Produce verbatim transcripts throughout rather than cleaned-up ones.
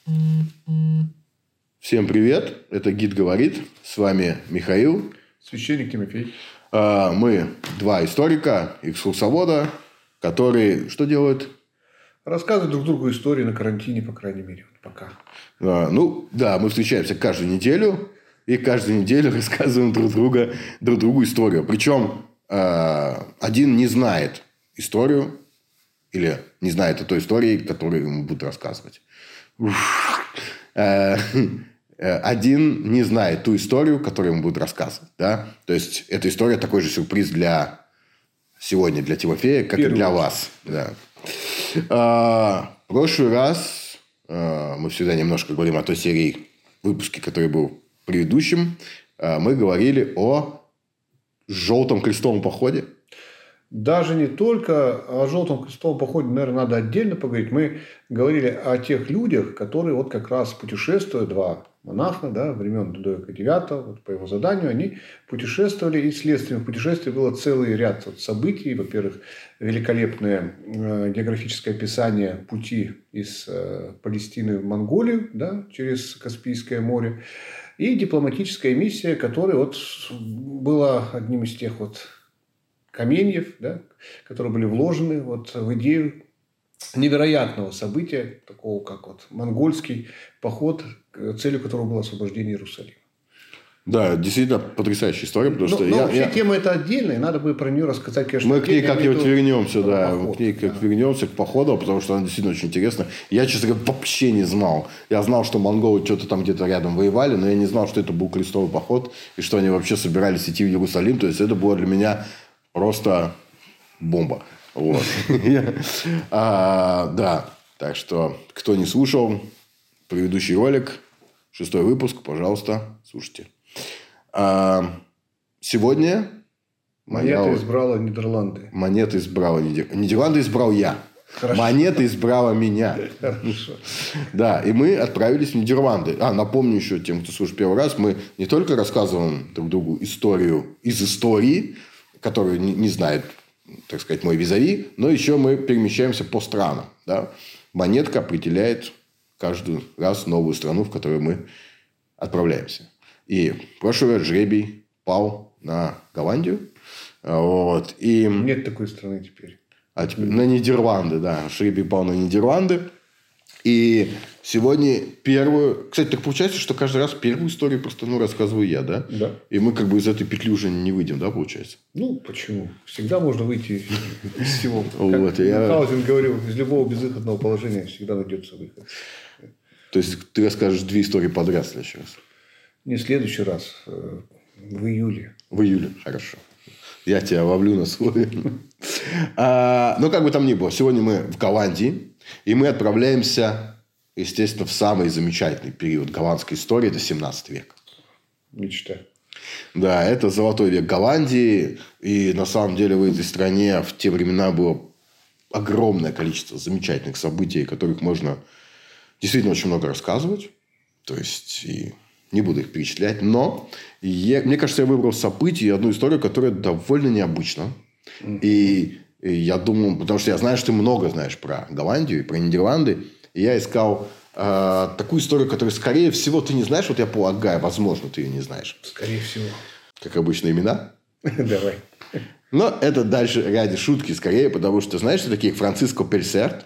Всем привет, это Гид говорит, с вами Михаил. Священник Тимофей. Мы два историка, экскурсовода, которые что делают? Рассказывают друг другу истории на карантине, по крайней мере, пока. А, ну, да, мы встречаемся каждую неделю и каждую неделю рассказываем друг, друга, друг другу историю. Причем один не знает историю или не знает о той истории, которую ему будут рассказывать. Один не знает ту историю, которую ему будут рассказывать. Да? То есть, эта история такой же сюрприз для сегодня, для Тимофея, как Первый и для вас. Да. А, в прошлый раз а, мы всегда немножко говорим о той серии выпуске, который был предыдущим. А, мы говорили о желтом крестовом походе. Даже не только о желтом крестовом походе, наверное, надо отдельно поговорить. Мы говорили о тех людях, которые вот как раз путешествуя, два монаха, да, времен Людовика девятого, вот по его заданию, они путешествовали, и следствием путешествия было целый ряд вот событий. Во-первых, великолепное э, географическое описание пути из э, Палестины в Монголию, да, через Каспийское море, и дипломатическая миссия, которая вот была одним из тех вот каменьев, да, которые были вложены вот в идею невероятного события, такого как вот монгольский поход, целью которого было освобождение Иерусалима. Да, действительно потрясающая история, потому но, что но я, вообще я... тема эта отдельная, надо бы про нее рассказать, конечно. Мы к ней как-нибудь вернемся, да, поход, мы к ней как да. вернемся к походу, потому что она действительно очень интересна. Я, честно говоря, вообще не знал. Я знал, что монголы что-то там где-то рядом воевали, но я не знал, что это был крестовый поход и что они вообще собирались идти в Иерусалим. То есть это было для меня просто бомба. Вот. Да, так что кто не слушал предыдущий ролик, шестой выпуск, пожалуйста, слушайте. Сегодня монета избрала Нидерланды. Монета избрала Нидерланды. Нидерланды избрал я. Хорошо. Монета избрала меня. Хорошо. Да, и мы отправились в Нидерланды. А, напомню еще тем, кто слушает первый раз, мы не только рассказываем друг другу историю из истории, которую не, не знает, так сказать, мой визави, но еще мы перемещаемся по странам. Да? Монетка определяет каждый раз новую страну, в которую мы отправляемся. И в прошлый раз жребий пал на Голландию. Вот. И... Нет такой страны теперь. А теперь на Нидерланды, да. Жребий пал на Нидерланды. И сегодня первую... Кстати, так получается, что каждый раз первую историю просто ну, рассказываю я, да? Да. И мы как бы из этой петли уже не выйдем, да, получается? Ну, почему? Всегда можно выйти из всего. Вот, как я... Хаузен говорил, из любого безвыходного положения всегда найдется выход. То есть, ты расскажешь две истории подряд в следующий раз? Не в следующий раз. В июле. В июле. Хорошо. Я тебя ловлю на слове. а, ну, как бы там ни было. Сегодня мы в Голландии. И мы отправляемся, естественно, в самый замечательный период голландской истории. Это семнадцатый век. Мечта. Да, это золотой век Голландии. И на самом деле в этой стране в те времена было огромное количество замечательных событий, о которых можно действительно очень много рассказывать. То есть, и не буду их перечислять. Но я, мне кажется, я выбрал событие, одну историю, которая довольно необычна. Mm-hmm. И, и я думал, потому что я знаю, что ты много знаешь про Голландию и про Нидерланды. И я искал э, такую историю, которую, скорее всего, ты не знаешь. Вот я полагаю, возможно, ты ее не знаешь. Скорее всего. Как обычно, имена. Давай. Но это дальше ради шутки скорее, потому что знаешь, что такие Франциско Пельсерт?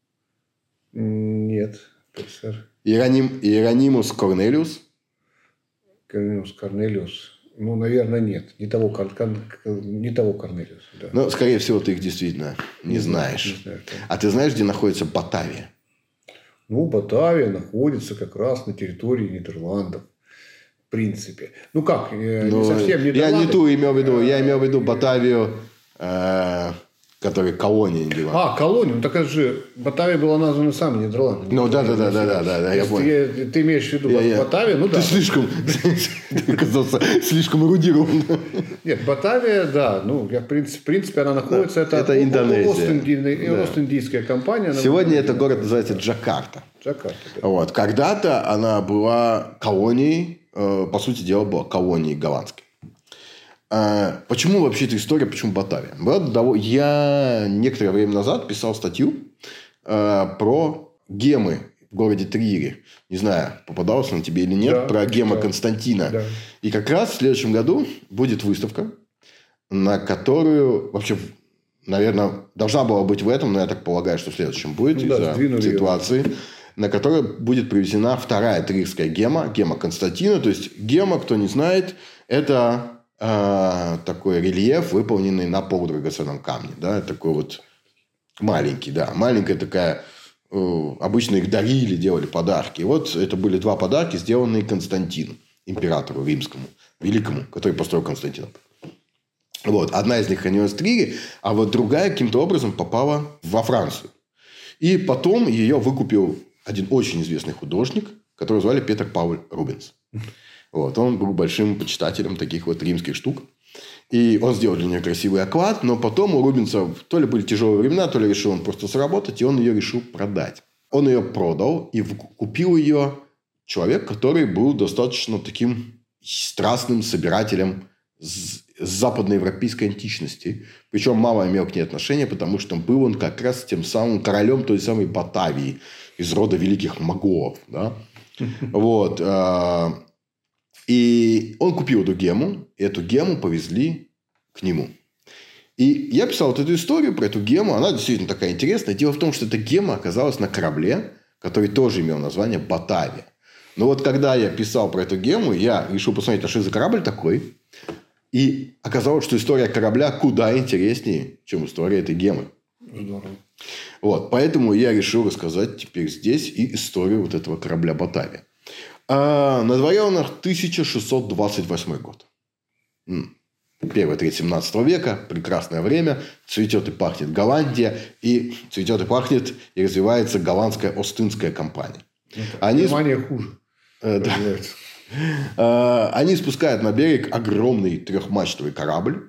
Нет. Пельсер. Иероним, Иеронимус Корнелиус. Корнелиус Корнелиус. Ну, наверное, нет. Не того, не того Корнелиуса. Да. Ну, скорее всего, ты их действительно не, не знаешь. Не знаю, а ты знаешь, где находится Батавия? Ну, Батавия находится как раз на территории Нидерландов. В принципе. Ну, как? Ну, не совсем Нидерланды. Я не ту имел в виду. Я имел в виду Батавию... Э- Который колония Нидерландов. А, колония. Ну, так это же Батавия была названа сами Нидерландами. Ну, да, да, да, да, да, да, да, я понял. Ты, ты имеешь в виду я, Батавия, ну ты да. Ты слишком, оказался слишком эрудирован. Нет, Батавия, да, ну, я, в, принципе, в принципе, она находится, это, это Индонезия. Ост-Индийская компания. Сегодня этот город называется Джакарта. Джакарта, да. Вот. Когда-то она была колонией, по сути дела, была колонией голландской. Почему вообще эта история, почему Батавия? Я некоторое время назад писал статью про гемы в городе Триере. Не знаю, попадался он тебе или нет, Да, про Гема да. Константина. Да. И как раз в следующем году будет выставка, на которую вообще, наверное, должна была быть в этом, но я так полагаю, что в следующем будет Ну да, из-за сдвинули ситуации, ее. на которой будет привезена вторая Триерская Гема, Гема Константина. То есть Гема, кто не знает, это э, такой рельеф, выполненный на полудрагоценном камне. Да? Такой вот маленький, да. Маленькая такая... Обычно их дарили, делали подарки. И вот это были два подарка, сделанные Константину, императору римскому, великому, который построил Константинополь. Вот. Одна из них хранилась в Триере, а вот другая каким-то образом попала во Францию. И потом ее выкупил один очень известный художник, которого звали Петр Пауль Рубенс. Вот. Он был большим почитателем таких вот римских штук. И он сделал для нее красивый оклад, но потом у Рубенса то ли были тяжелые времена, то ли решил он просто заработать, и он ее решил продать. Он ее продал, и купил ее человек, который был достаточно таким страстным собирателем западноевропейской античности. Причем мало имел к ней отношения, потому что был он как раз тем самым королем той самой Батавии, из рода великих моголов. Да? Вот. И он купил эту гему, и эту гему повезли к нему. И я писал вот эту историю про эту гему. Она действительно такая интересная. Дело в том, что эта гема оказалась на корабле, который тоже имел название Батавия. Но вот когда я писал про эту гему, я решил посмотреть, а что за корабль такой. И оказалось, что история корабля куда интереснее, чем история этой гемы. Здорово. Вот, поэтому я решил рассказать теперь здесь и историю вот этого корабля Батавия. А на дворе у нас тысяча шестьсот двадцать восьмой год. Первая треть семнадцатого века. Прекрасное время. Цветет и пахнет Голландия. И цветет и пахнет и развивается голландская Остинская компания. Они... Германия хуже. Э, да. Они спускают на берег огромный трехмачтовый корабль,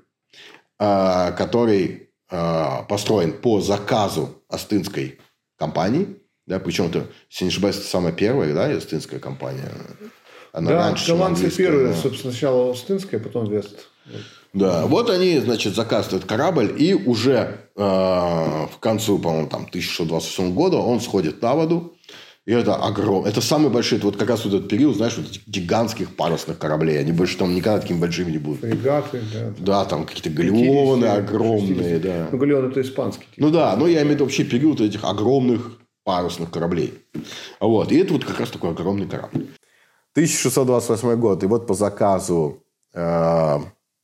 который построен по заказу Остинской компании. Да, причем это, если не ошибаюсь, это самая первая, да, Остинская компания. Она да, раньше, голландцы первые, но... собственно, сначала Остинская, потом Вест. Да, вот они, значит, заказывают корабль, и уже э, в концу, по-моему, там, тысяча шестьсот двадцать восьмого года он сходит на воду. И это огромное. Это самый большой, это вот как раз вот этот период, знаешь, вот этих гигантских парусных кораблей. Они больше там никогда такими большими не будут. Фрегаты, да. Да, там какие-то галеоны огромные, да. Ну, галеон это испанский. Типа. Ну да, но я имею в виду вообще период этих огромных парусных кораблей. Вот. И это вот как раз такой огромный корабль. тысяча шестьсот двадцать восьмой год. И вот по заказу э,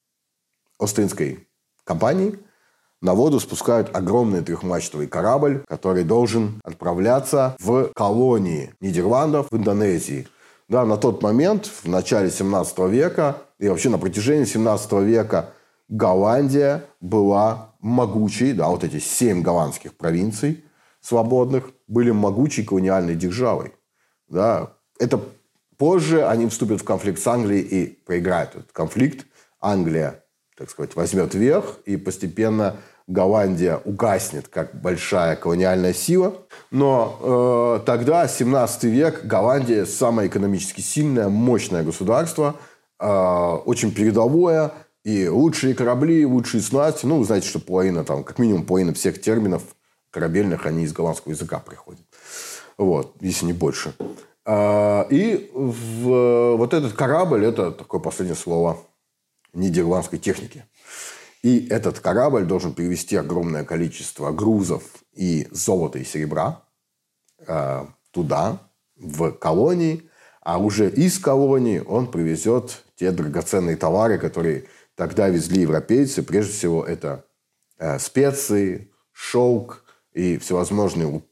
Остинской компании на воду спускают огромный трехмачтовый корабль, который должен отправляться в колонии Нидерландов в Индонезии. Да, на тот момент, в начале семнадцатого века и вообще на протяжении семнадцатого века Голландия была могучей, да, вот эти семь голландских провинций свободных были могучей колониальной державой. Да. Это позже они вступят в конфликт с Англией и проиграют этот конфликт. Англия, так сказать, возьмет верх, и постепенно Голландия угаснет как большая колониальная сила. Но э, тогда, семнадцатый век, Голландия самое экономически сильное, мощное государство, э, очень передовое, и лучшие корабли, лучшие снасти. Ну, вы знаете, что половина, там, как минимум половина всех терминов корабельных, они из голландского языка приходят. Вот, если не больше. Э, и в, вот этот корабль, это такое последнее слово нидерландской техники. И этот корабль должен перевезти огромное количество грузов и золота, и серебра э, туда, в колонии. А уже из колонии он привезет те драгоценные товары, которые тогда везли европейцы. Прежде всего, это э, специи, шелк и всевозможные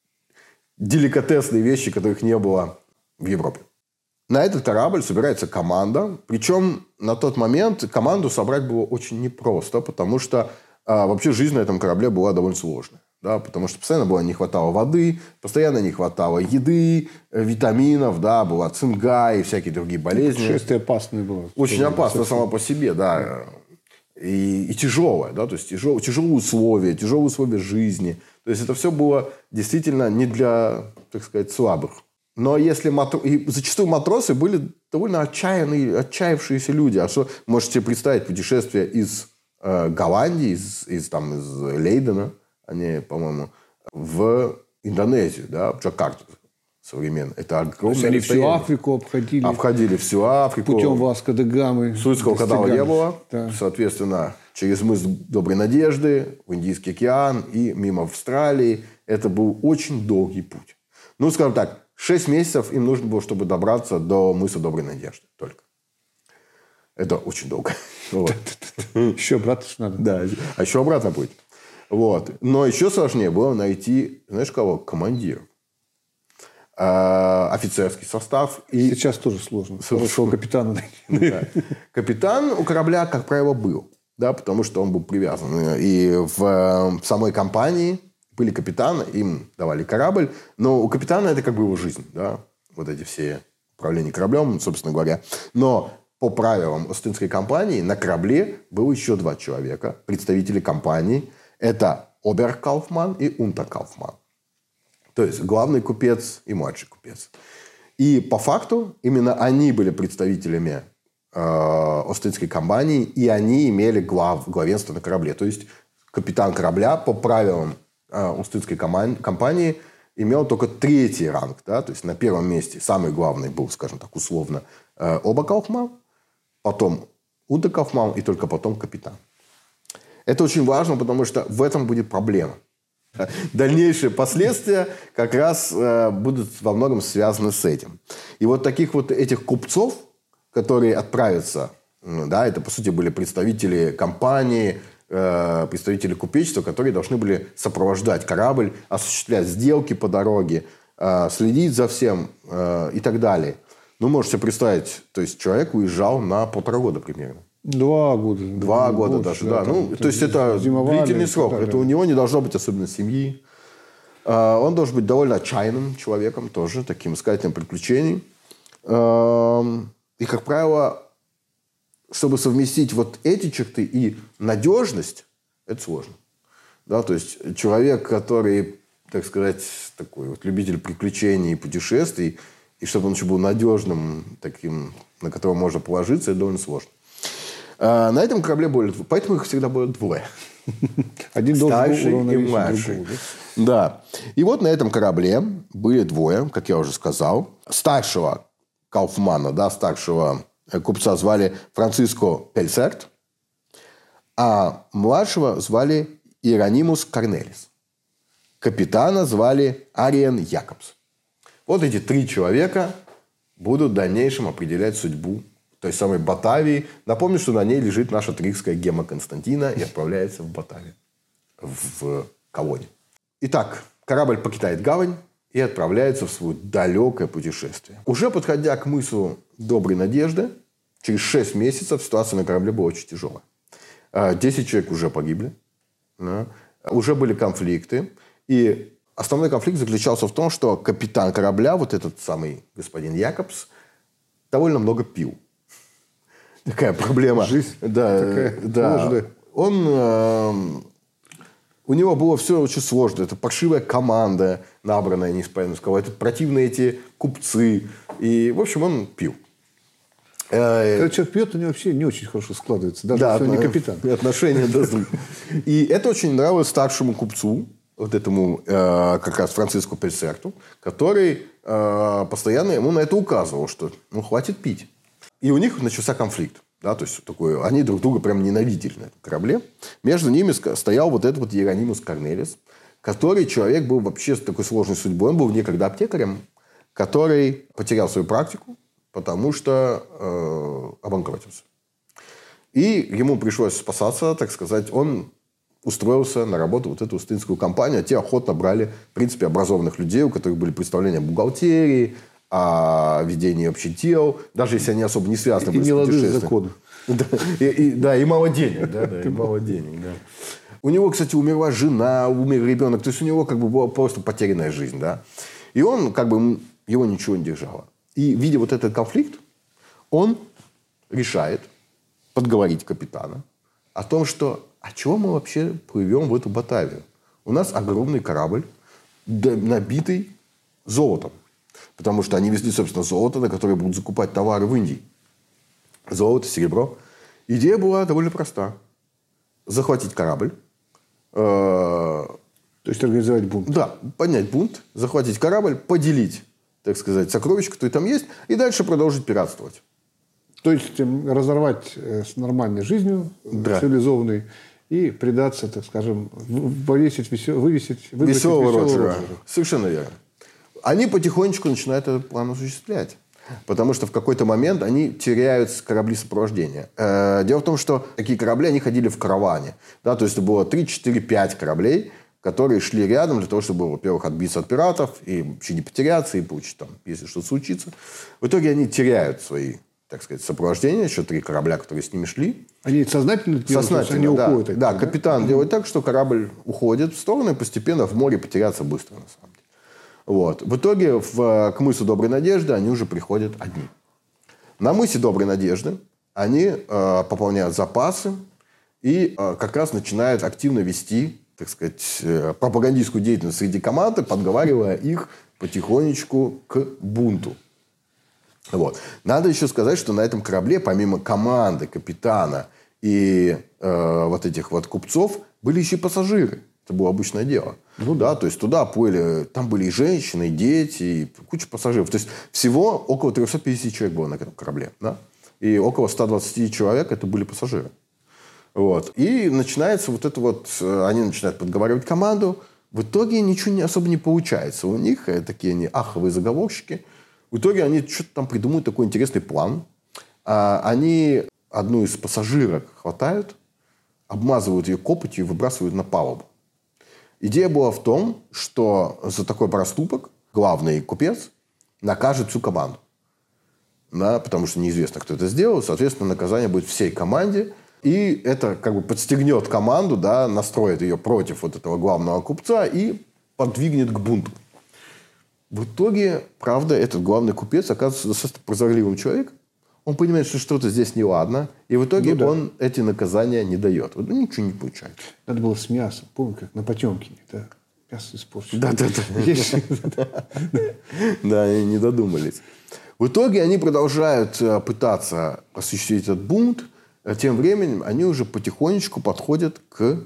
деликатесные вещи, которых не было в Европе. На этот корабль собирается команда. Причем на тот момент команду собрать было очень непросто, потому что а, вообще жизнь на этом корабле была довольно сложная. Да, потому что постоянно было, не хватало воды, постоянно не хватало еды, витаминов, да, была цинга и всякие другие болезни. Путешествие опасное было. Очень опасно само по себе, да. И, и тяжелое, да, то есть тяжел, тяжелые условия, тяжелые условия жизни. То есть это все было действительно не для, так сказать, слабых. Но если матро... и зачастую матросы были довольно отчаянные, отчаявшиеся люди. А что можете себе представить путешествие из э, Голландии, из, из, там, из Лейдена, они, по-моему, в Индонезию, да, в Джакарту, современной. Это огромное они расстояние. всю Африку обходили. Обходили всю Африку. Путем Васко де Гамы. Суэцкого канала не было. Да. Соответственно, через мыс Доброй Надежды, в Индийский океан и мимо Австралии. Это был очень долгий путь. Ну, скажем так, шесть месяцев им нужно было, чтобы добраться до мыса Доброй Надежды только. Это очень долго. Еще обратно надо. Да, а еще обратно будет. Вот. Но еще сложнее было найти, знаешь кого? Командира. Офицерский состав. И... Сейчас тоже сложно. Хорошего капитана. Да. Капитан у корабля, как правило, был. Да, потому что он был привязан. И в самой компании были капитаны, им давали корабль. Но у капитана это как бы его жизнь. Да? Вот эти все управления кораблем, собственно говоря. Но по правилам Остинской компании на корабле было еще два человека. Представители компании. Это оберкауфман и унтеркауфман. То есть, главный купец и младший купец. И по факту именно они были представителями э, Остинской компании, и они имели глав, главенство на корабле. То есть, капитан корабля по правилам э, Остинской компании имел только третий ранг. Да? То есть, на первом месте самый главный был, скажем так, условно, э, оберкауфман, потом унтеркауфман и только потом капитан. Это очень важно, потому что в этом будет проблема. Дальнейшие последствия как раз э, будут во многом связаны с этим. И вот таких вот этих купцов, которые отправятся, да, это, по сути, были представители компании, э, представители купечества, которые должны были сопровождать корабль, осуществлять сделки по дороге, э, следить за всем э, и так далее. Ну, можете представить, то есть человек уезжал на полтора года примерно. Два года. Два года даже, да. да. Ну, то есть, это длительный срок. Это да. У него не должно быть особенно семьи. Он должен быть довольно отчаянным человеком тоже, таким искателем приключений. И, как правило, чтобы совместить вот эти черты и надежность, это сложно. Да, то есть, человек, который, так сказать, такой вот любитель приключений и путешествий, и чтобы он еще был надежным, таким, на которого можно положиться, это довольно сложно. А на этом корабле были... Поэтому их всегда было двое. Один старший и младший. Да. И вот на этом корабле были двое, как я уже сказал. Старшего кауфмана, да, старшего купца звали Франциско Пельсерт, а младшего звали Иеронимус Корнелис. Капитана звали Ариен Якобс. Вот эти три человека будут в дальнейшем определять судьбу той самой Батавии. Напомню, что на ней лежит наша трикская гемма Константина и отправляется в Батавию, в колонию. Итак, корабль покидает гавань и отправляется в свое далекое путешествие. Уже подходя к мысу Доброй Надежды, через шесть месяцев ситуация на корабле была очень тяжелая. Десять человек уже погибли. Да. Уже были конфликты. И основной конфликт заключался в том, что капитан корабля, вот этот самый господин Якобс, довольно много пил. Такая проблема. Жизнь да, такая да. сложная. Он, э, у него было все очень сложно. Это паршивая команда, набранная, не сказал. Это противные эти купцы. И, в общем, он пил. Когда человек пьет, у него вообще не очень хорошо складывается. Даже да, если он не капитан. Отношения да, с другом. И это очень нравилось старшему купцу, вот этому э, как раз Франциско Пельсерту, который э, постоянно ему на это указывал, что ну, хватит пить. И у них начался конфликт. Да, то есть, такой, они друг друга прям ненавидели на этом корабле. Между ними стоял вот этот вот Иеронимус Корнелис, который человек был вообще с такой сложной судьбой. Он был некогда аптекарем, который потерял свою практику, потому что э, обанкротился. И ему пришлось спасаться, так сказать. Он устроился на работу в вот эту Остинскую компанию. А те охотно брали, в принципе, образованных людей, у которых были представления о бухгалтерии, о ведении общих дел, даже если они особо не связаны были с путешествием. Законы. Да, и, и, да, и мало денег. Да, да, и мало денег, да. У него, кстати, умерла жена, умер ребенок. То есть, у него как бы была просто потерянная жизнь. Да? И он, как бы, его ничего не держало. И, видя вот этот конфликт, он решает подговорить капитана о том, что а чего мы вообще плывем в эту Батавию? У нас огромный корабль, набитый золотом. Потому что они везли, собственно, золото, на которое будут закупать товары в Индии. Золото, серебро. Идея была довольно проста. Захватить корабль. То есть, организовать бунт. Да, поднять бунт, захватить корабль, поделить так сказать, сокровища, которые там есть, и дальше продолжить пиратствовать. То есть разорвать с нормальной жизнью, да. цивилизованной, и предаться, так скажем, повесить, весел... вывесить, выбросить веселого, веселого Роджера. Роджера. Совершенно верно. Они потихонечку начинают этот план осуществлять. Потому что в какой-то момент они теряют корабли сопровождения. Дело в том, что такие корабли, они ходили в караване. Да, то есть это было три, четыре, пять кораблей, которые шли рядом для того, чтобы, во-первых, отбиться от пиратов, и вообще не потеряться, и получить там, если что-то случится. В итоге они теряют свои, так сказать, сопровождения. Еще три корабля, которые с ними шли. Они сознательно делают, сознательно, они да. уходят? Да, да, капитан да? делает так, что корабль уходит в сторону, и постепенно в море потеряться быстро, на самом деле. Вот. В итоге в, к мысу Доброй Надежды они уже приходят одни. На мысе Доброй Надежды они э, пополняют запасы и э, как раз начинают активно вести, так сказать, э, пропагандистскую деятельность среди команды, подговаривая их потихонечку к бунту. Вот. Надо еще сказать, что на этом корабле, помимо команды, капитана и э, вот этих вот купцов, были еще и пассажиры. Это было обычное дело. Ну да, то есть туда плыли, там были и женщины, и дети, и куча пассажиров. То есть всего около триста пятьдесят человек было на этом корабле. Да? И около ста двадцати человек это были пассажиры. Вот. И начинается вот это вот, они начинают подговаривать команду. В итоге ничего не, особо не получается. У них такие они аховые заговорщики. В итоге они что-то там придумывают такой интересный план. Они одну из пассажирок хватают, обмазывают ее копотью и выбрасывают на палубу. Идея была в том, что за такой проступок главный купец накажет всю команду. Да, потому что неизвестно, кто это сделал. Соответственно, наказание будет всей команде. И это как бы подстегнет команду, да, настроит ее против вот этого главного купца и подвигнет к бунту. В итоге, правда, этот главный купец оказывается достаточно прозорливым человеком. Он понимает, что что-то здесь неладно. И в итоге ну, да. он эти наказания не дает. Вот, ну, ничего не получается. Надо было с мясом. Помню, как на Потемкине. Да? Мясо испорчено. Да, да, да. Да, они не додумались. В итоге они продолжают пытаться осуществить этот бунт. Тем временем они уже потихонечку подходят к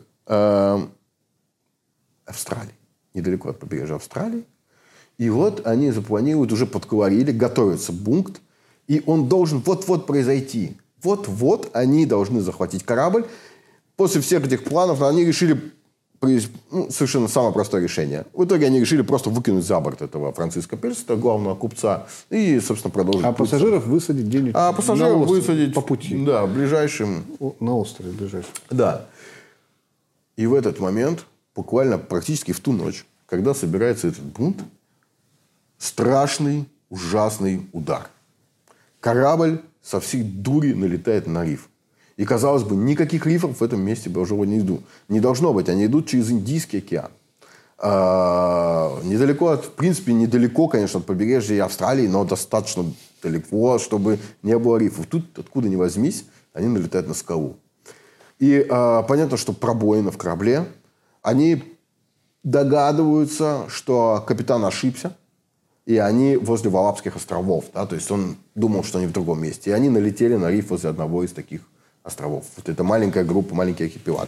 Австралии. Недалеко от побережья Австралии. И вот они запланируют, уже подговорили, готовится бунт. И он должен вот-вот произойти. Вот-вот они должны захватить корабль. После всех этих планов они решили... Ну, совершенно самое простое решение. В итоге они решили просто выкинуть за борт этого Франциска Пельса, главного купца, и, собственно, продолжить. А путь. Пассажиров высадить где-нибудь А пассажиров на остров, высадить по пути. Да, ближайшим... На острове ближайшем. Да. И в этот момент, буквально практически в ту ночь, когда собирается этот бунт, страшный, ужасный удар. Корабль со всей дури налетает на риф. И, казалось бы, никаких рифов в этом месте уже не идут. Не должно быть. Они идут через Индийский океан. А, недалеко от, в принципе, недалеко, конечно, от побережья Австралии, но достаточно далеко, чтобы не было рифов. Тут, откуда ни возьмись, они налетают на скалу. И а, понятно, что пробоина в корабле. Они догадываются, что капитан ошибся. И они возле Валапских островов. Да? То есть он думал, что они в другом месте. И они налетели на риф возле одного из таких островов. Вот это маленькая группа, маленький архипелаг.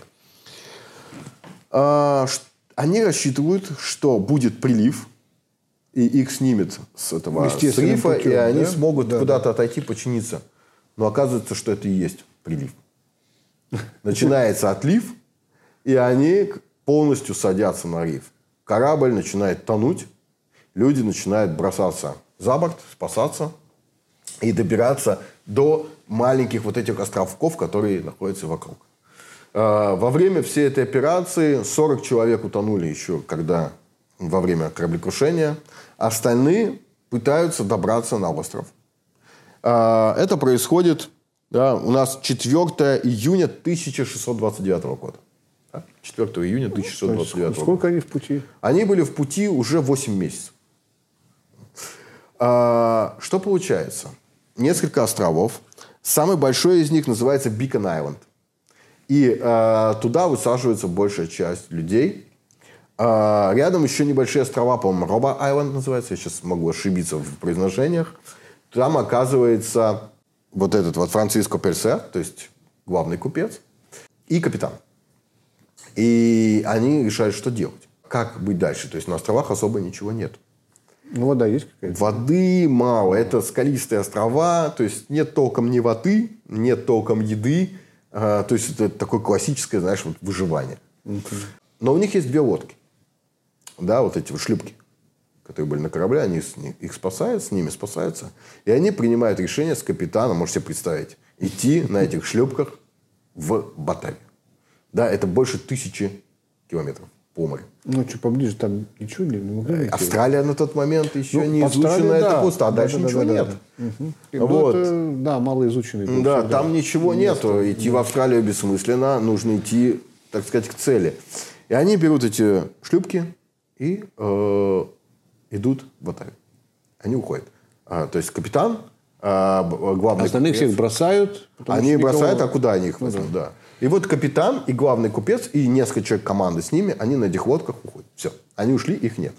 А, они рассчитывают, что будет прилив. И их снимет с этого с рифа. Путем, и они да? смогут да, куда-то да. отойти, починиться. Но оказывается, что это и есть прилив. Начинается отлив. И они полностью садятся на риф. Корабль начинает тонуть. Люди начинают бросаться за борт, спасаться и добираться до маленьких вот этих островков, которые находятся вокруг. Во время всей этой операции сорок человек утонули еще, когда во время кораблекрушения. Остальные пытаются добраться на остров. Это происходит да, у нас четвёртого июня тысяча шестьсот двадцать девятого года. четвёртого июня тысяча шестьсот двадцать девятого года. Сколько они в пути? Они были в пути уже восемь месяцев. Что получается? Несколько островов. Самый большой из них называется Бикон-Айленд. И э, туда высаживается большая часть людей. Э, рядом еще небольшие острова, по-моему, Роба-Айленд называется. Я сейчас могу ошибиться в произношениях. Там оказывается вот этот вот Франциско Пельсе, то есть главный купец, и капитан. И они решают, что делать. Как быть дальше? То есть на островах особо ничего нет. Ну, вода есть какая-то? Воды мало. Это скалистые острова. То есть, нет толком ни воды, нет толком еды. А, то есть, это такое классическое, знаешь, вот выживание. Uh-huh. Но у них есть две лодки. Да, вот эти вот шлюпки, которые были на корабле. Они с них, их спасают, с ними спасаются. И они принимают решение с капитаном, можете себе представить, идти на этих шлюпках в Батавию. Да, это больше тысячи километров по морю. Ну, что, поближе там ничего не могли найти? Австралия на тот момент еще ну, не Австралия, изучена, да. это просто, а да, дальше да, ничего да, нет. Да, да. Вот. Это, да, малоизученный. Да, да, там ничего место. нету. Идти в Австралию бессмысленно, нужно идти, так сказать, к цели. И они берут эти шлюпки и э, идут в Батавию. Они уходят. А, то есть капитан, а, главный остальных купец, всех бросают. Они никого... бросают, а куда они их ну, возьмут? да. Да. И вот капитан и главный купец и несколько человек команды с ними, они на этих лодках уходят. Все. Они ушли, их нет.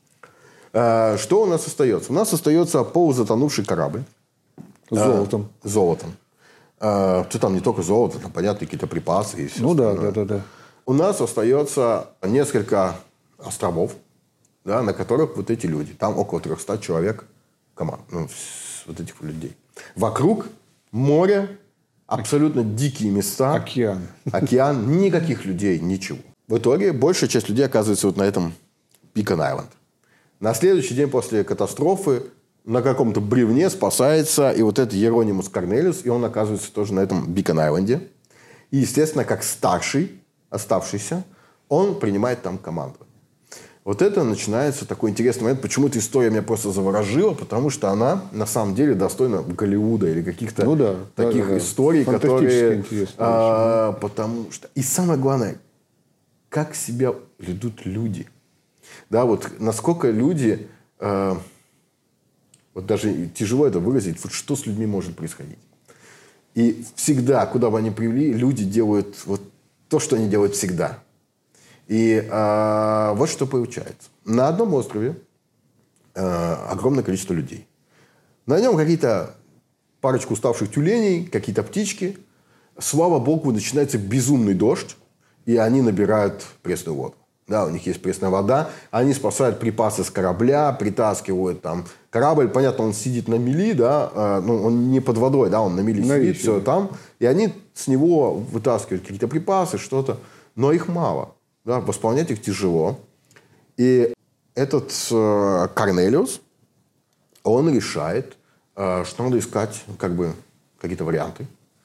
А, что у нас остается? У нас остается полузатонувший корабль. С золотом. А, золотом. А, что там не только золото, там, понятно, какие-то припасы и все ну остальное. да, да, да, да. У нас остается несколько островов, да, на которых вот эти люди. Там около трехсот человек команд. Ну, вот этих людей. Вокруг море, абсолютно дикие места. Океан. Океан, никаких людей, ничего. В итоге большая часть людей оказывается вот на этом Бикон-Айленд. На следующий день после катастрофы на каком-то бревне спасается и вот этот Еронимус Корнелиус, и он оказывается тоже на этом Бикон-Айленде. И, естественно, как старший, оставшийся, он принимает там команду. Вот это начинается такой интересный момент. Почему эта история меня просто заворожила? Потому что она, на самом деле, достойна Голливуда или каких-то ну, да, таких да, да, историй, которые... А, потому что... И самое главное, как себя ведут люди. Да, вот насколько люди... Э, вот даже тяжело это выразить. Вот что с людьми может происходить. И всегда, куда бы они привели, люди делают вот то, что они делают всегда. И э, вот что получается. На одном острове э, огромное количество людей. На нем какие-то парочку уставших тюленей, какие-то птички. Слава богу, начинается безумный дождь, и они набирают пресную воду. Да, у них есть пресная вода. Они спасают припасы с корабля, притаскивают там корабль. Понятно, он сидит на мели, да, э, ну, он не под водой, да, он на мели на сидит, вещи, все да. там. И они с него вытаскивают какие-то припасы, что-то. Но их мало. Да, восполнять их тяжело. И этот э, Корнелиус, он решает, э, что надо искать как бы, какие-то варианты.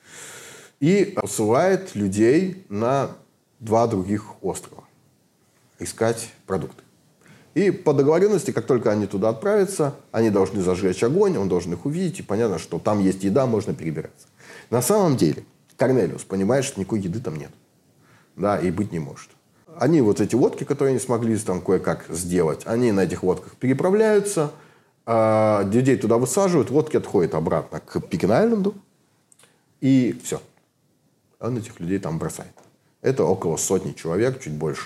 И посылает людей на два других острова. Искать продукты. И по договоренности, как только они туда отправятся, они должны зажечь огонь, он должен их увидеть. И понятно, что там есть еда, можно перебираться. На самом деле Корнелиус понимает, что никакой еды там нет. Да, и быть не может. Они вот эти лодки, которые они смогли там кое-как сделать, они на этих лодках переправляются, э, людей туда высаживают, лодки отходят обратно к Бикон-Айленду, и все. Он этих людей там бросает. Это около сотни человек, чуть больше.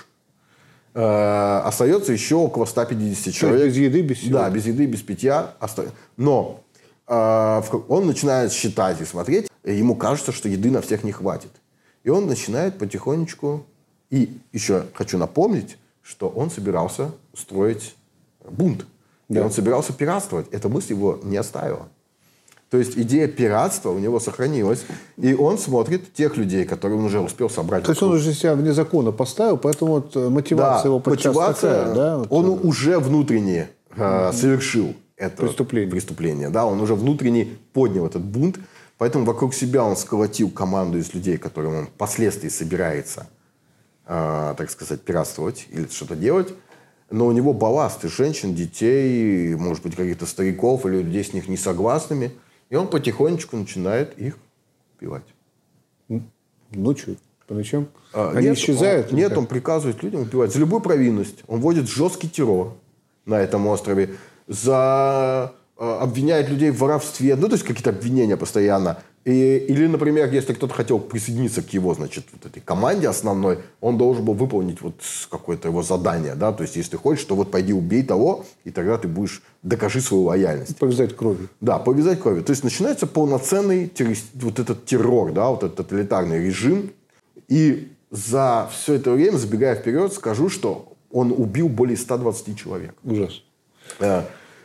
Э, остается еще около ста пятидесяти человек. Без еды, без всего. Да, без еды, без питья. Но э, он начинает считать и смотреть, ему кажется, что еды на всех не хватит. И он начинает потихонечку... И еще хочу напомнить, что он собирался строить бунт. Да. И он собирался пиратствовать. Эта мысль его не оставила. То есть идея пиратства у него сохранилась. И он смотрит тех людей, которые он уже успел собрать. То есть он уже себя вне закона поставил, поэтому вот мотивация да, его подчас мотивация, такая. Да, вот. Он уже внутренне э, совершил это преступление. преступление. Да, он уже внутренне поднял этот бунт. Поэтому вокруг себя он сколотил команду из людей, которым он впоследствии собирается... так сказать, пиратствовать или что-то делать. Но у него балласт из женщин, детей, может быть, каких-то стариков или людей с них не согласными. И он потихонечку начинает их убивать. Ночью? По ночам? А, Они нет, исчезают? Он, нет, он приказывает людям убивать. За любую провинность. Он вводит жесткий террор на этом острове. За... обвиняет людей в воровстве. Ну, то есть, какие-то обвинения постоянно. И, или, например, если кто-то хотел присоединиться к его, значит, вот этой команде основной, он должен был выполнить вот какое-то его задание, да, то есть, если ты хочешь, то вот пойди убей того, и тогда ты будешь, докажи свою лояльность. Повязать кровью. Да, повязать кровью. То есть, начинается полноценный террорист, вот этот террор, да, вот этот тоталитарный режим. И за все это время, забегая вперед, скажу, что он убил более ста двадцати человек. Ужас.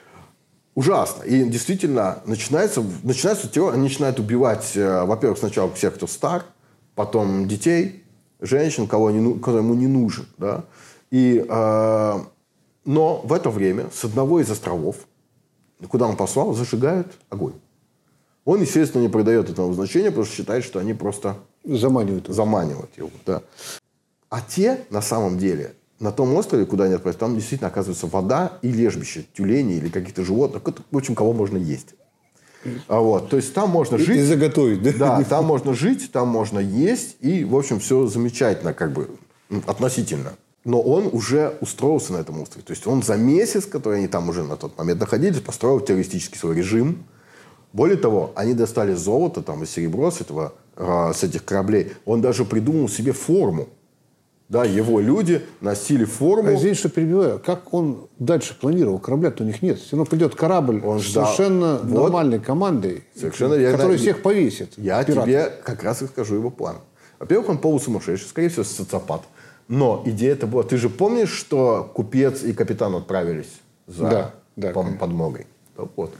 ужасно. И действительно начинается, начинается террор. Они начинают убивать, во-первых, сначала всех, кто стар, потом детей, женщин, кого, не, кого ему не нужен. Да? И, э, но в это время с одного из островов, куда он послал, зажигают огонь. Он, естественно, не придает этому значения, потому что считает, что они просто заманивают его. Заманивают его да. А те, на самом деле, на том острове, куда они отправились, там действительно оказывается вода и лежбище тюленей или каких-то животных, в общем, кого можно есть. А вот, то есть там можно жить. И заготовить, да? Да, там можно жить, там можно есть, и, в общем, все замечательно, как бы, относительно. Но он уже устроился на этом острове. То есть он за месяц, который они там уже на тот момент находились, построил террористический свой режим. Более того, они достали золото там, и серебро с, этого, э, с этих кораблей. Он даже придумал себе форму. Да, его люди носили форму. А здесь что перебиваю, как он дальше планировал? Корабля-то у них нет. Все равно придет корабль он с ждал. совершенно вот. нормальной командой, совершенно верно. Которая всех повесит. Я пиратов. тебе как раз расскажу его план. Во-первых, он полусумасшедший, скорее всего, социопат. Но идея это была... Ты же помнишь, что купец и капитан отправились за да, да, подмогой? Вот.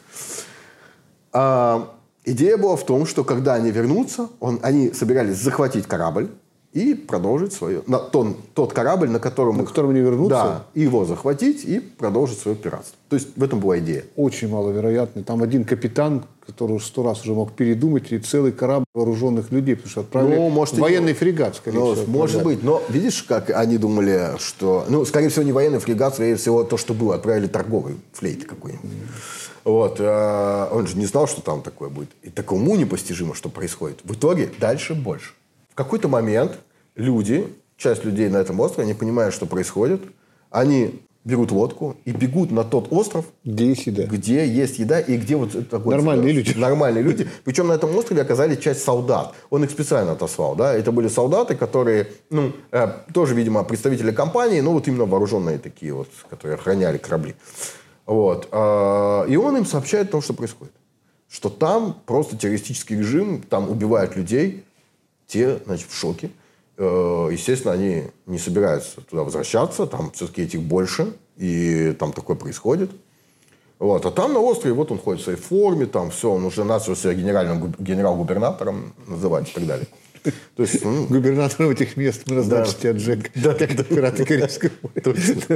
А, идея была в том, что когда они вернутся, он, они собирались захватить корабль и продолжить свое... На, тот, тот корабль, на котором... На котором они вернутся? Да, его захватить и продолжить свое пиратство. То есть в этом была идея. Очень маловероятно. Там один капитан, который сто раз уже мог передумать, и целый корабль вооруженных людей, потому что отправили ну, может, военный и... фрегат, скорее ну, всего. Может быть. Но видишь, как они думали, что... Ну, скорее всего, не военный фрегат, скорее всего, то, что было. Отправили торговый флейт какой-нибудь. Mm. Вот. А он же не знал, что там такое будет. И так уму непостижимо, что происходит. В итоге дальше больше. В какой-то момент люди, часть людей на этом острове, они понимают, что происходит. Они берут лодку и бегут на тот остров, где есть еда, где есть еда и где вот такой, нормальные люди. Нормальные люди. Причем на этом острове оказались часть солдат. Он их специально отослал. Да? Это были солдаты, которые, ну, э, тоже, видимо, представители компании, но вот именно вооруженные такие вот, которые охраняли корабли. Вот. Э, и он им сообщает о том, что происходит. Что там просто террористический режим, там убивают людей. Те, значит, в шоке. Естественно, они не собираются туда возвращаться. Там все-таки этих больше. И там такое происходит. Вот. А там на острове, вот он ходит в своей форме. Там все, он уже начал себя генеральным, генерал-губернатором называть и так далее. То есть, ну, губернатором этих мест мы назначим тебя, Джек. Да, как это пираты Карибского моря.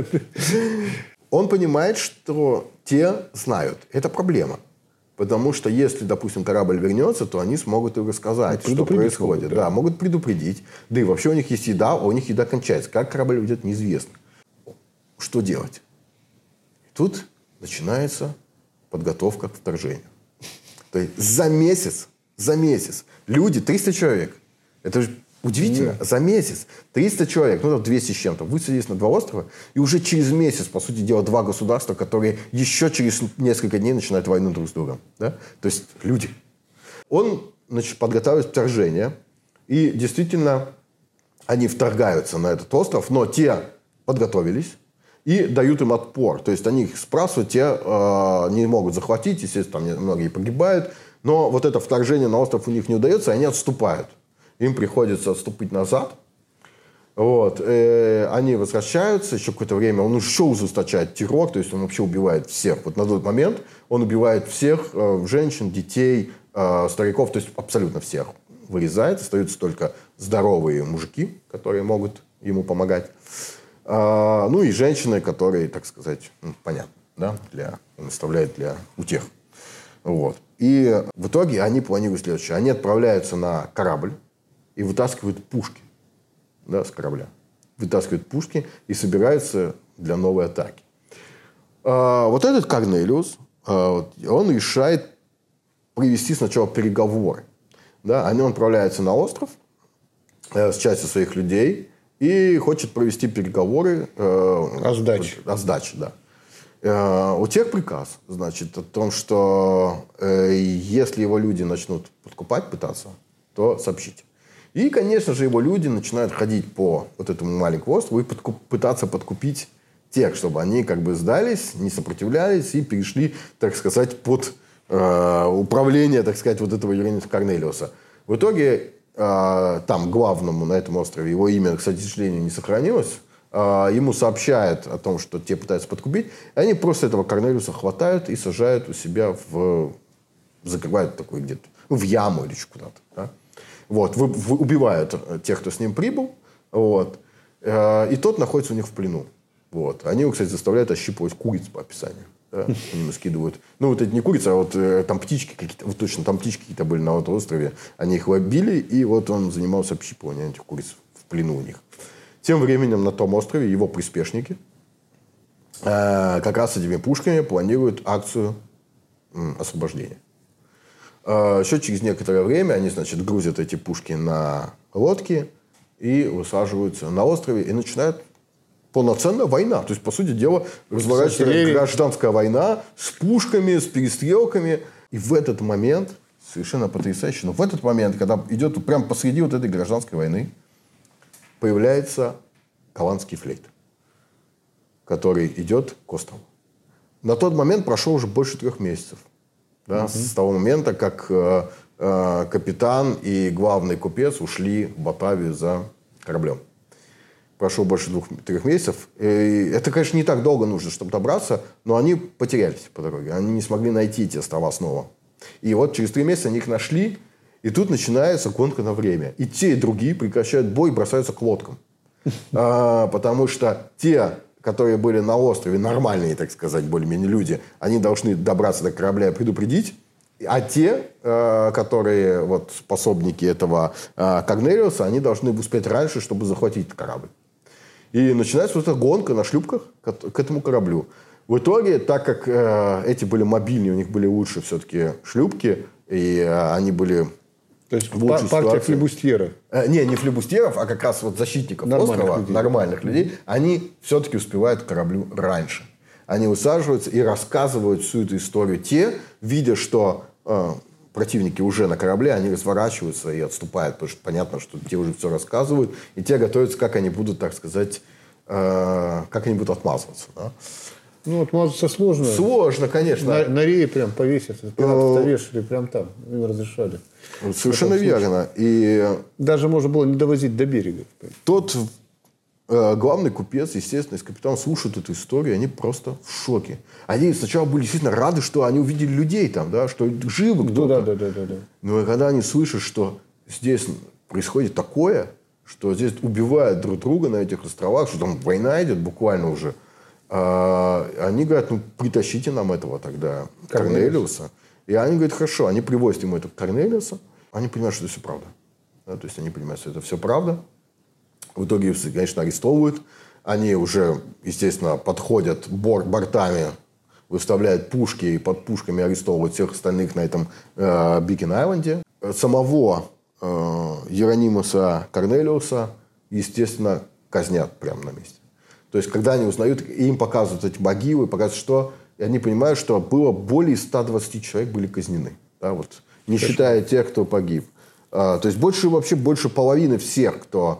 Он понимает, что те знают. Это проблема. Потому что если, допустим, корабль вернется, то они смогут и рассказать, что происходит. Могут, да. да, могут предупредить. Да и вообще у них есть еда, а у них еда кончается. Как корабль уйдет, неизвестно. Что делать? И тут начинается подготовка к вторжению. То есть за месяц, за месяц люди, триста человек, это же удивительно, mm. за месяц триста человек, ну, двести с чем-то, высадились на два острова, и уже через месяц, по сути дела, два государства, которые еще через несколько дней начинают войну друг с другом. Да? То есть люди. Он, значит, подготавливает вторжение, и действительно они вторгаются на этот остров, но те подготовились и дают им отпор. То есть они их спрашивают, те э, не могут захватить, естественно, там многие погибают, но вот это вторжение на остров у них не удается, и они отступают. Им приходится отступить назад. Вот. И они возвращаются. Еще какое-то время он еще ужесточает террор. То есть он вообще убивает всех. Вот на тот момент он убивает всех. Женщин, детей, стариков. То есть абсолютно всех. Вырезает. Остаются только здоровые мужики, которые могут ему помогать. Ну и женщины, которые, так сказать, ну, понятно, да, для, он оставляет для утех. Вот. И в итоге они планируют следующее. Они отправляются на корабль и вытаскивают пушки, да, с корабля. Вытаскивают пушки и собираются для новой атаки. А, вот этот Корнелиус, а, он решает провести сначала переговоры. Да? Они отправляются на остров а, с частью своих людей и хочет провести переговоры а, о сдаче. О сдаче, да. А, у тех приказ, значит, о том, что а, если его люди начнут подкупать, пытаться, то сообщите. И, конечно же, его люди начинают ходить по вот этому маленькому острову и подкуп, пытаться подкупить тех, чтобы они как бы сдались, не сопротивлялись и перешли, так сказать, под э, управление, так сказать, вот этого Юрениуса Корнелиуса. В итоге э, там главному на этом острове, его имя, кстати, к сожалению, не сохранилось, ему сообщают о том, что те пытаются подкупить, и они просто этого Корнелиуса хватают и сажают у себя в... закрывают такой где-то, ну, в яму или куда-то. Да? Вот, вы, вы убивают тех, кто с ним прибыл, вот, и тот находится у них в плену. Вот. Они его, кстати, заставляют ощипывать куриц по описанию. Да? Они ему скидывают. Ну, вот это не курица, а вот э, там птички какие-то. Вот точно, там птички какие-то были на этом острове. Они их ловили, и вот он занимался общипыванием этих куриц в плену у них. Тем временем на том острове его приспешники э, как раз с этими пушками планируют акцию э, освобождения. Э, еще через некоторое время они, значит, грузят эти пушки на лодки и высаживаются на острове и начинают полноценная война. То есть, по сути дела, разворачивается гражданская война с пушками, с перестрелками. И в этот момент, совершенно потрясающе, но в этот момент, когда идет прямо посреди вот этой гражданской войны, появляется голландский флейт, который идет к острову. На тот момент прошло уже больше трех месяцев. Да, угу. С того момента, как э, э, капитан и главный купец ушли в Батавию за кораблем. Прошло больше двух-трех месяцев. И это, конечно, не так долго нужно, чтобы добраться, но они потерялись по дороге. Они не смогли найти эти острова снова. И вот через три месяца они их нашли, и тут начинается гонка на время. И те, и другие прекращают бой и бросаются к лодкам. А, потому что те, которые были на острове, нормальные, так сказать, более-менее люди, они должны добраться до корабля и предупредить. А те, э, которые вот, способники этого э, Корнелиуса, они должны успеть раньше, чтобы захватить корабль. И начинается вот эта гонка на шлюпках к, к этому кораблю. В итоге, так как э, эти были мобильнее, у них были лучше все-таки шлюпки, и э, они были... То есть партия ситуации. Флибустьеров. Э, не, не флибустьеров, а как раз вот защитников нормальных острова, людей. Нормальных людей. Они все-таки успевают к кораблю раньше. Они высаживаются и рассказывают всю эту историю. Те, видя, что э, противники уже на корабле, они разворачиваются и отступают. Потому что понятно, что те уже все рассказывают. И те готовятся, как они будут, так сказать, э, как они будут отмазываться. Да? Ну, отмазаться сложно. Сложно, конечно. На, на рее прям повеситься. Пиратов-то вешали прям там. Им разрешали. Совершенно верно. И даже можно было не довозить до берега. Тот... Главный купец, естественно, и капитан слушают эту историю, они просто в шоке. Они сначала были действительно рады, что они увидели людей там, да, что живы кто-то. Да, да, да, да, да. Но когда они слышат, что здесь происходит такое, что здесь убивают друг друга на этих островах, что там война идет буквально уже, они говорят, ну, притащите нам этого тогда Корнелиуса. Корнелиуса. И они говорят, хорошо, они привозят ему этого Корнелиуса, они понимают, что это все правда. Да, то есть они понимают, что это все правда. В итоге, конечно, арестовывают. Они уже, естественно, подходят борт, бортами, выставляют пушки и под пушками арестовывают всех остальных на этом э, Бикен-Айленде. Самого э, Иеронимуса Корнелиуса, естественно, казнят прямо на месте. То есть, когда они узнают, им показывают эти могилы, показывают, что... И они понимают, что было более ста двадцати человек были казнены. Да, вот, не Хорошо. Считая тех, кто погиб. А, то есть, больше, вообще больше половины всех, кто...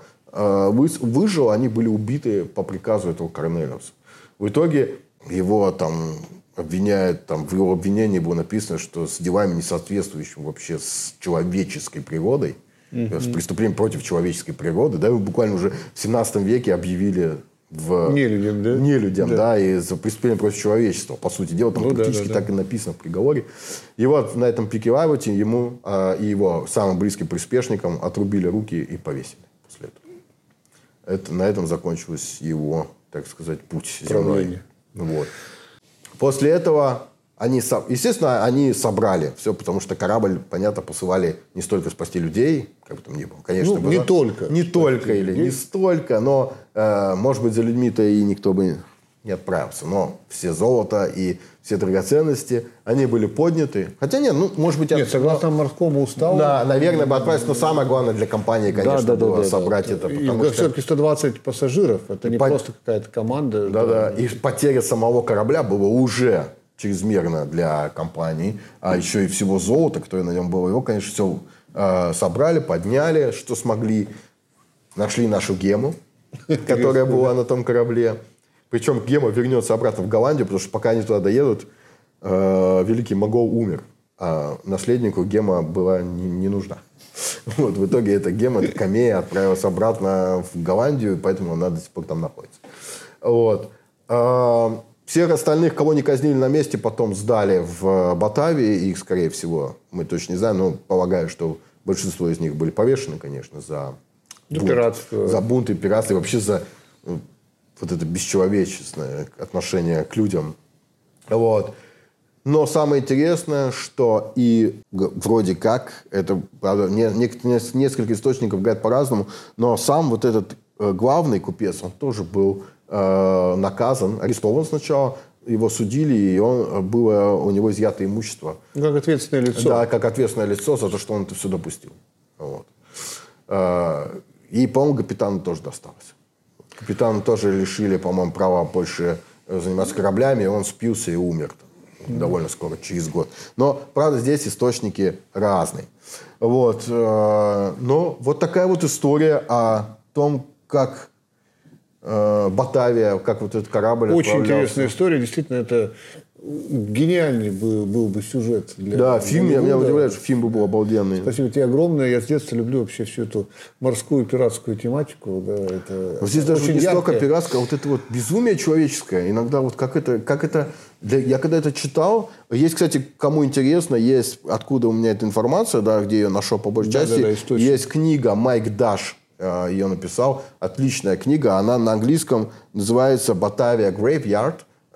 выжил, они были убиты по приказу этого Корнелиуса. В итоге его там обвиняют, там, в его обвинении было написано, что с делами, не соответствующими вообще с человеческой природой, mm-hmm. с преступлением против человеческой природы, да, буквально уже в семнадцатом веке объявили в... нелюдям, да? Нелюдям, да. да, и за преступление против человечества. По сути дела, там ну, практически да, да, так да. и написано в приговоре. И вот на этом Пике-Айленде ему а, и его самым близким приспешникам отрубили руки и повесили после этого. Это, на этом закончилось его, так сказать, путь земной. Вот. После этого они, естественно, они собрали все, потому что корабль, понятно, посылали не столько спасти людей, как бы там ни было. Конечно, ну, было, не только. Не только или людей. Не столько, но, э, может быть, за людьми-то и никто бы не отправился. Но все золото и все драгоценности, они были подняты. Хотя нет, ну, может быть... Нет, согласно морскому уставу... Да, наверное, бы отправиться. Но самое главное для компании, конечно, да, да, было да, собрать да, это. И что... все-таки сто двадцать пассажиров. Это не По... просто какая-то команда. Да, да, да. И потеря самого корабля была уже чрезмерно для компании. А еще и всего золота, которое на нем было. Его, конечно, все э, собрали, подняли, что смогли. Нашли нашу гему, которая была на том корабле. Причем гема вернется обратно в Голландию, потому что пока они туда доедут, э, великий могол умер. А наследнику гема была не, не нужна. Вот, в итоге эта гема, эта камея отправилась обратно в Голландию, поэтому она до сих пор там находится. Вот. Всех остальных, кого не казнили на месте, потом сдали в Батавии. Их, скорее всего, мы точно не знаем, но полагаю, что большинство из них были повешены, конечно, за бунт, пиратство. за бунт и пиратство, и вообще за вот это бесчеловечное отношение к людям. Вот. Но самое интересное, что и вроде как, это, правда, не, не, несколько источников говорят по-разному, но сам вот этот э, главный купец, он тоже был э, наказан, арестован сначала, его судили, и он, было у него изъято имущество. Как ответственное лицо. Да, как ответственное лицо за то, что он это все допустил. Вот. Э, и, по-моему, капитану тоже досталось. Капитану тоже лишили, по-моему, права больше заниматься кораблями, и он спился и умер довольно скоро, через год. Но, правда, здесь источники разные. Вот. Но вот такая вот история о том, как Батавия, как вот этот корабль Очень интересная история. Действительно, это гениальный был, был бы сюжет. Для да, фильм, Голливуда. Меня удивляет, что фильм был обалденный. Спасибо тебе огромное. Я с детства люблю вообще всю эту морскую пиратскую тематику. Да, это вот здесь даже не яркое. столько пиратское, а вот это вот безумие человеческое. Иногда вот как это... Как это для, я когда это читал... Есть, кстати, кому интересно, есть откуда у меня эта информация, да, где ее нашел по большей да, части. Да, да, есть книга Майк Даш, ее написал. Отличная книга. Она на английском называется «Batavia Graveyard».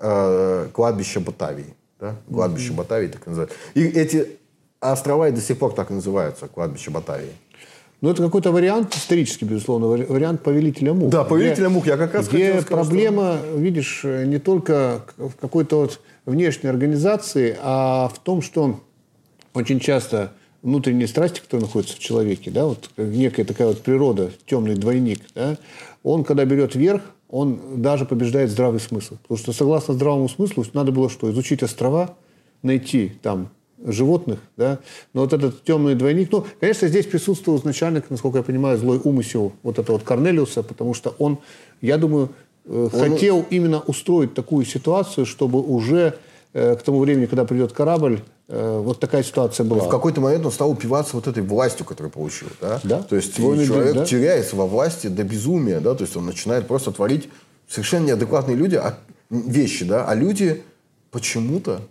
Кладбище Батавии. Да? Кладбище mm-hmm. Батавии так называют. И эти острова и до сих пор так и называются. Кладбище Батавии. Ну, это какой-то вариант, исторический, безусловно, вариант «Повелителя мух». Да, «Повелителя мух». Я как раз где хотел сказать, проблема, что... видишь, не только в какой-то вот внешней организации, а в том, что очень часто внутренние страсти, которые находятся в человеке, да, вот некая такая вот природа, темный двойник, да, он, когда берет верх, он даже побеждает здравый смысл. Потому что, согласно здравому смыслу, надо было что? Изучить острова, найти там животных, да. Но вот этот темный двойник... Ну, конечно, здесь присутствовал изначально, насколько я понимаю, злой умысел вот этого вот Корнелиуса, потому что он, я думаю, он... хотел именно устроить такую ситуацию, чтобы уже э, к тому времени, когда придет корабль, э, вот такая ситуация была. В какой-то момент он стал упиваться вот этой властью, которую получил. Да? Да? То есть Двойный человек да? теряется во власти до безумия. Да? То есть он начинает просто творить совершенно неадекватные люди, а, вещи, да? А люди почему-то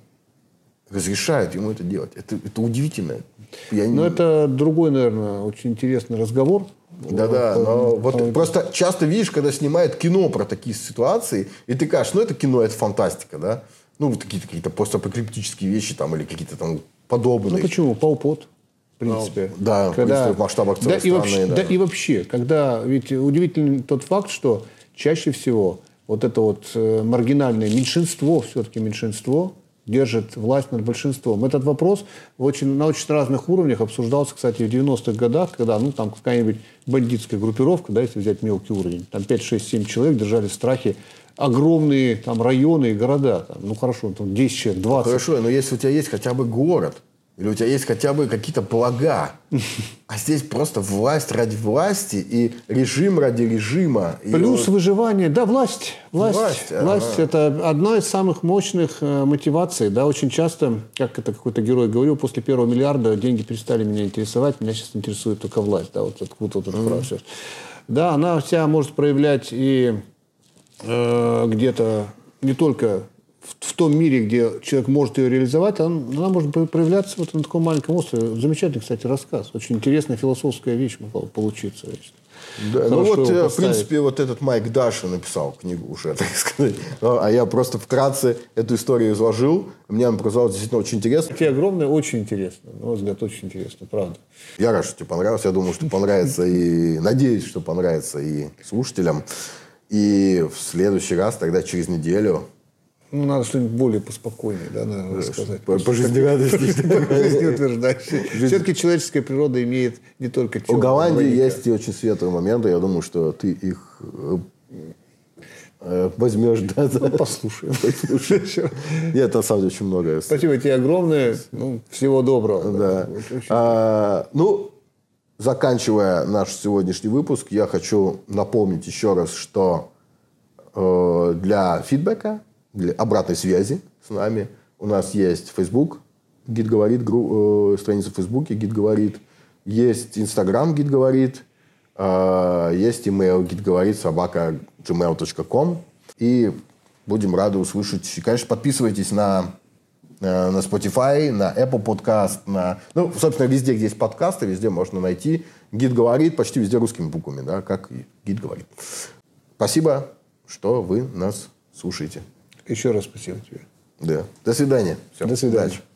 разрешают ему это делать. Это, это удивительно. Я Но не... это другой, наверное, очень интересный разговор. Да-да, но вот по... просто часто видишь, когда снимают кино про такие ситуации, и ты кажешь, ну это кино, это фантастика, да? Ну, какие-то, какие-то постапокалиптические вещи там, или какие-то там подобные. Ну почему? Полпот, в принципе. Ну, да, когда... в масштабах целой да, страны. и вообще, да. да, и вообще, когда... Ведь удивительный тот факт, что чаще всего вот это вот э, маргинальное меньшинство, все-таки меньшинство, держит власть над большинством. Этот вопрос очень, на очень разных уровнях обсуждался, кстати, в девяностых годах, когда ну, там какая-нибудь бандитская группировка, да, если взять мелкий уровень, там пять, шесть, семь человек держали в страхе огромные там, районы и города. Там, ну хорошо, там десять человек, двадцать. Хорошо, но если у тебя есть хотя бы город, или у тебя есть хотя бы какие-то блага, а здесь просто власть ради власти и режим ради режима. Плюс и... выживание. Да, власть. Власть, власть, власть ага. это одна из самых мощных э, мотиваций. Да, очень часто, как это какой-то герой говорил, после первого миллиарда деньги перестали меня интересовать, меня сейчас интересует только власть. Да, вот откуда вот эта mm-hmm. фраза. Да, она вся может проявлять и э, где-то не только в том мире, где человек может ее реализовать, она, она может проявляться вот на таком маленьком острове. Замечательный, кстати, рассказ. Очень интересная философская вещь могла получиться. Да, ну вот, в принципе, вот этот Майк Даш написал книгу уже, так сказать. А я просто вкратце эту историю изложил. Мне она показалась действительно очень интересно. Тебе огромное, очень интересно. На мой взгляд, очень интересно, правда. Я рад, что тебе понравилось. Я думаю, что понравится и... Надеюсь, что понравится и слушателям. И в следующий раз, тогда через неделю... Ну, надо что-нибудь более поспокойнее, да, надо рассказать. По, по жизнеутверждающее. Все-таки человеческая природа имеет не только темную. У Голландии есть и очень светлые моменты. Я думаю, что ты их возьмешь. Да, ну, послушаем. послушаем. Нет, на самом деле очень много. Спасибо тебе огромное. Ну, всего доброго. Да. А, ну, заканчивая наш сегодняшний выпуск, я хочу напомнить еще раз, что э, для фидбэка, для обратной связи с нами у нас есть Facebook, Гид говорит, гру, э, страница в Фейсбуке, Гид говорит, Есть Инстаграм «Гид говорит». Есть имейл «гид говорит» собака джи мейл точка ком. И будем рады услышать. И, конечно, подписывайтесь на, на Spotify, на Apple Podcast, на... Ну, собственно, везде, где есть подкасты, везде можно найти. «Гид говорит» почти везде русскими буквами, да, как и «Гид говорит». Спасибо, что вы нас слушаете. Еще раз спасибо тебе. Да. До свидания. Все. До свидания. Удачи.